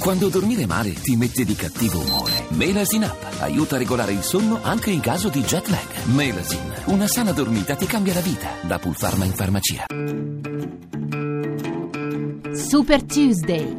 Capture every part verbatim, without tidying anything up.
Quando dormire male ti mette di cattivo umore, Melasin Up aiuta a regolare il sonno anche in caso di jet lag. Melasin, una sana dormita ti cambia la vita. Da Pulpharma in farmacia. Super Tuesday.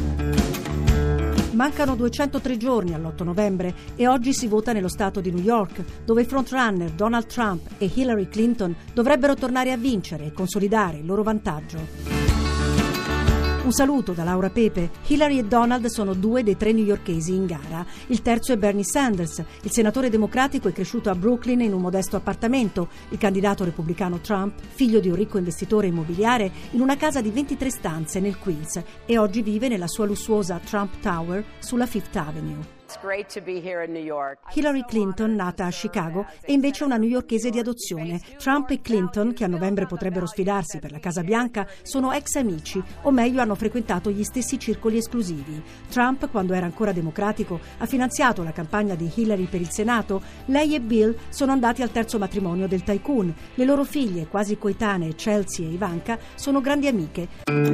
Mancano duecentotre giorni all'otto novembre e oggi si vota nello stato di New York, dove i frontrunner Donald Trump e Hillary Clinton dovrebbero tornare a vincere e consolidare il loro vantaggio. Un saluto da Laura Pepe. Hillary e Donald sono due dei tre newyorkesi in gara. Il terzo è Bernie Sanders. Il senatore democratico è cresciuto a Brooklyn in un modesto appartamento. Il candidato repubblicano Trump, figlio di un ricco investitore immobiliare, in una casa di ventitré stanze nel Queens e oggi vive nella sua lussuosa Trump Tower sulla Fifth Avenue. Hillary Clinton, nata a Chicago, è invece una newyorkese di adozione. Trump e Clinton, che a novembre potrebbero sfidarsi per la Casa Bianca, sono ex amici, o meglio hanno frequentato gli stessi circoli esclusivi. Trump, quando era ancora democratico, ha finanziato la campagna di Hillary per il Senato. Lei e Bill sono andati al terzo matrimonio del tycoon. Le loro figlie, quasi coetanee, Chelsea e Ivanka, sono grandi amiche.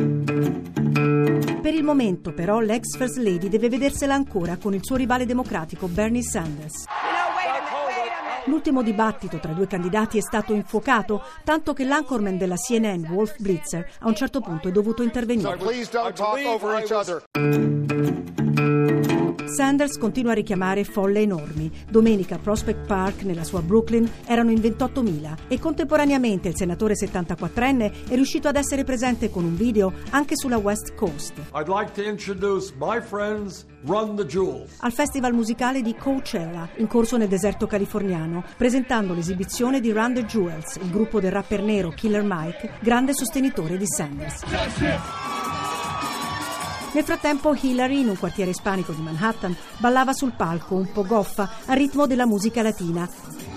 Per il momento, però, l'ex First Lady deve vedersela ancora con il suo rivale democratico Bernie Sanders. L'ultimo dibattito tra i due candidati è stato infuocato, tanto che l'anchorman della C N N, Wolf Blitzer, a un certo punto è dovuto intervenire. Sanders continua a richiamare folle enormi. Domenica a Prospect Park, nella sua Brooklyn, erano in ventottomila e contemporaneamente il senatore settantaquattrenne è riuscito ad essere presente con un video anche sulla West Coast. I'd like to introduce my friends, Run the Jewels, al festival musicale di Coachella, in corso nel deserto californiano, presentando l'esibizione di Run the Jewels, il gruppo del rapper nero Killer Mike, grande sostenitore di Sanders. Nel frattempo Hillary, in un quartiere ispanico di Manhattan, ballava sul palco, un po' goffa, al ritmo della musica latina.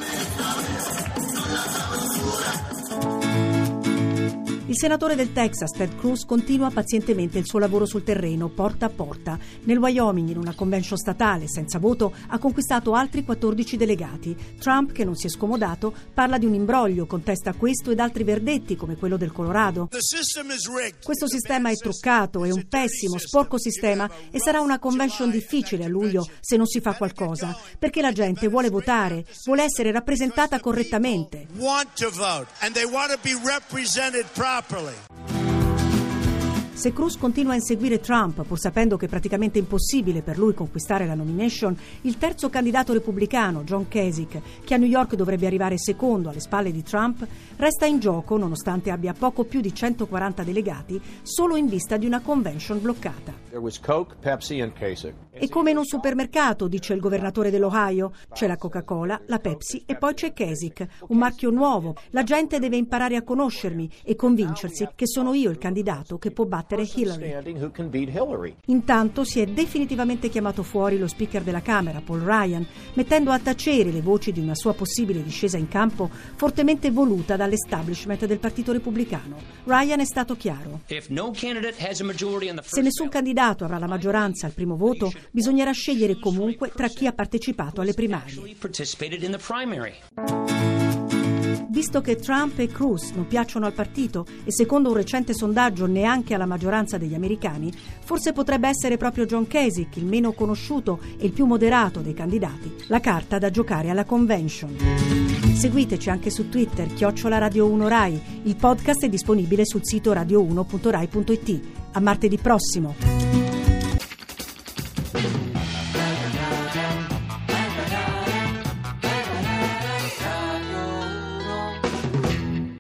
Il senatore del Texas, Ted Cruz, continua pazientemente il suo lavoro sul terreno, porta a porta. Nel Wyoming, in una convention statale senza voto, ha conquistato altri quattordici delegati. Trump, che non si è scomodato, parla di un imbroglio, contesta questo ed altri verdetti, come quello del Colorado. Questo sistema è truccato, è un pessimo, sporco sistema e sarà una convention difficile a luglio se non si fa qualcosa, perché la gente vuole votare, vuole essere rappresentata correttamente. Se Cruz continua a inseguire Trump, pur sapendo che è praticamente impossibile per lui conquistare la nomination, il terzo candidato repubblicano, John Kasich, che a New York dovrebbe arrivare secondo alle spalle di Trump, resta in gioco, nonostante abbia poco più di centoquaranta delegati, solo in vista di una convention bloccata. There was Coke, Pepsi and Kasich. È come in un supermercato, dice il governatore dell'Ohio. C'è la Coca-Cola, la Pepsi e poi c'è Kasich, un marchio nuovo. La gente deve imparare a conoscermi e convincersi che sono io il candidato che può battere Hillary. Intanto si è definitivamente chiamato fuori lo speaker della Camera, Paul Ryan, mettendo a tacere le voci di una sua possibile discesa in campo fortemente voluta dall'establishment del Partito Repubblicano. Ryan è stato chiaro. Se nessun candidato avrà la maggioranza al primo voto, bisognerà scegliere comunque tra chi ha partecipato alle primarie. Visto che Trump e Cruz non piacciono al partito e secondo un recente sondaggio neanche alla maggioranza degli americani, forse potrebbe essere proprio John Kasich, il meno conosciuto e il più moderato dei candidati, la carta da giocare alla convention. Seguiteci anche su Twitter, chiocciola Radio uno Rai. Il podcast è disponibile sul sito radio uno punto rai punto it. A martedì prossimo!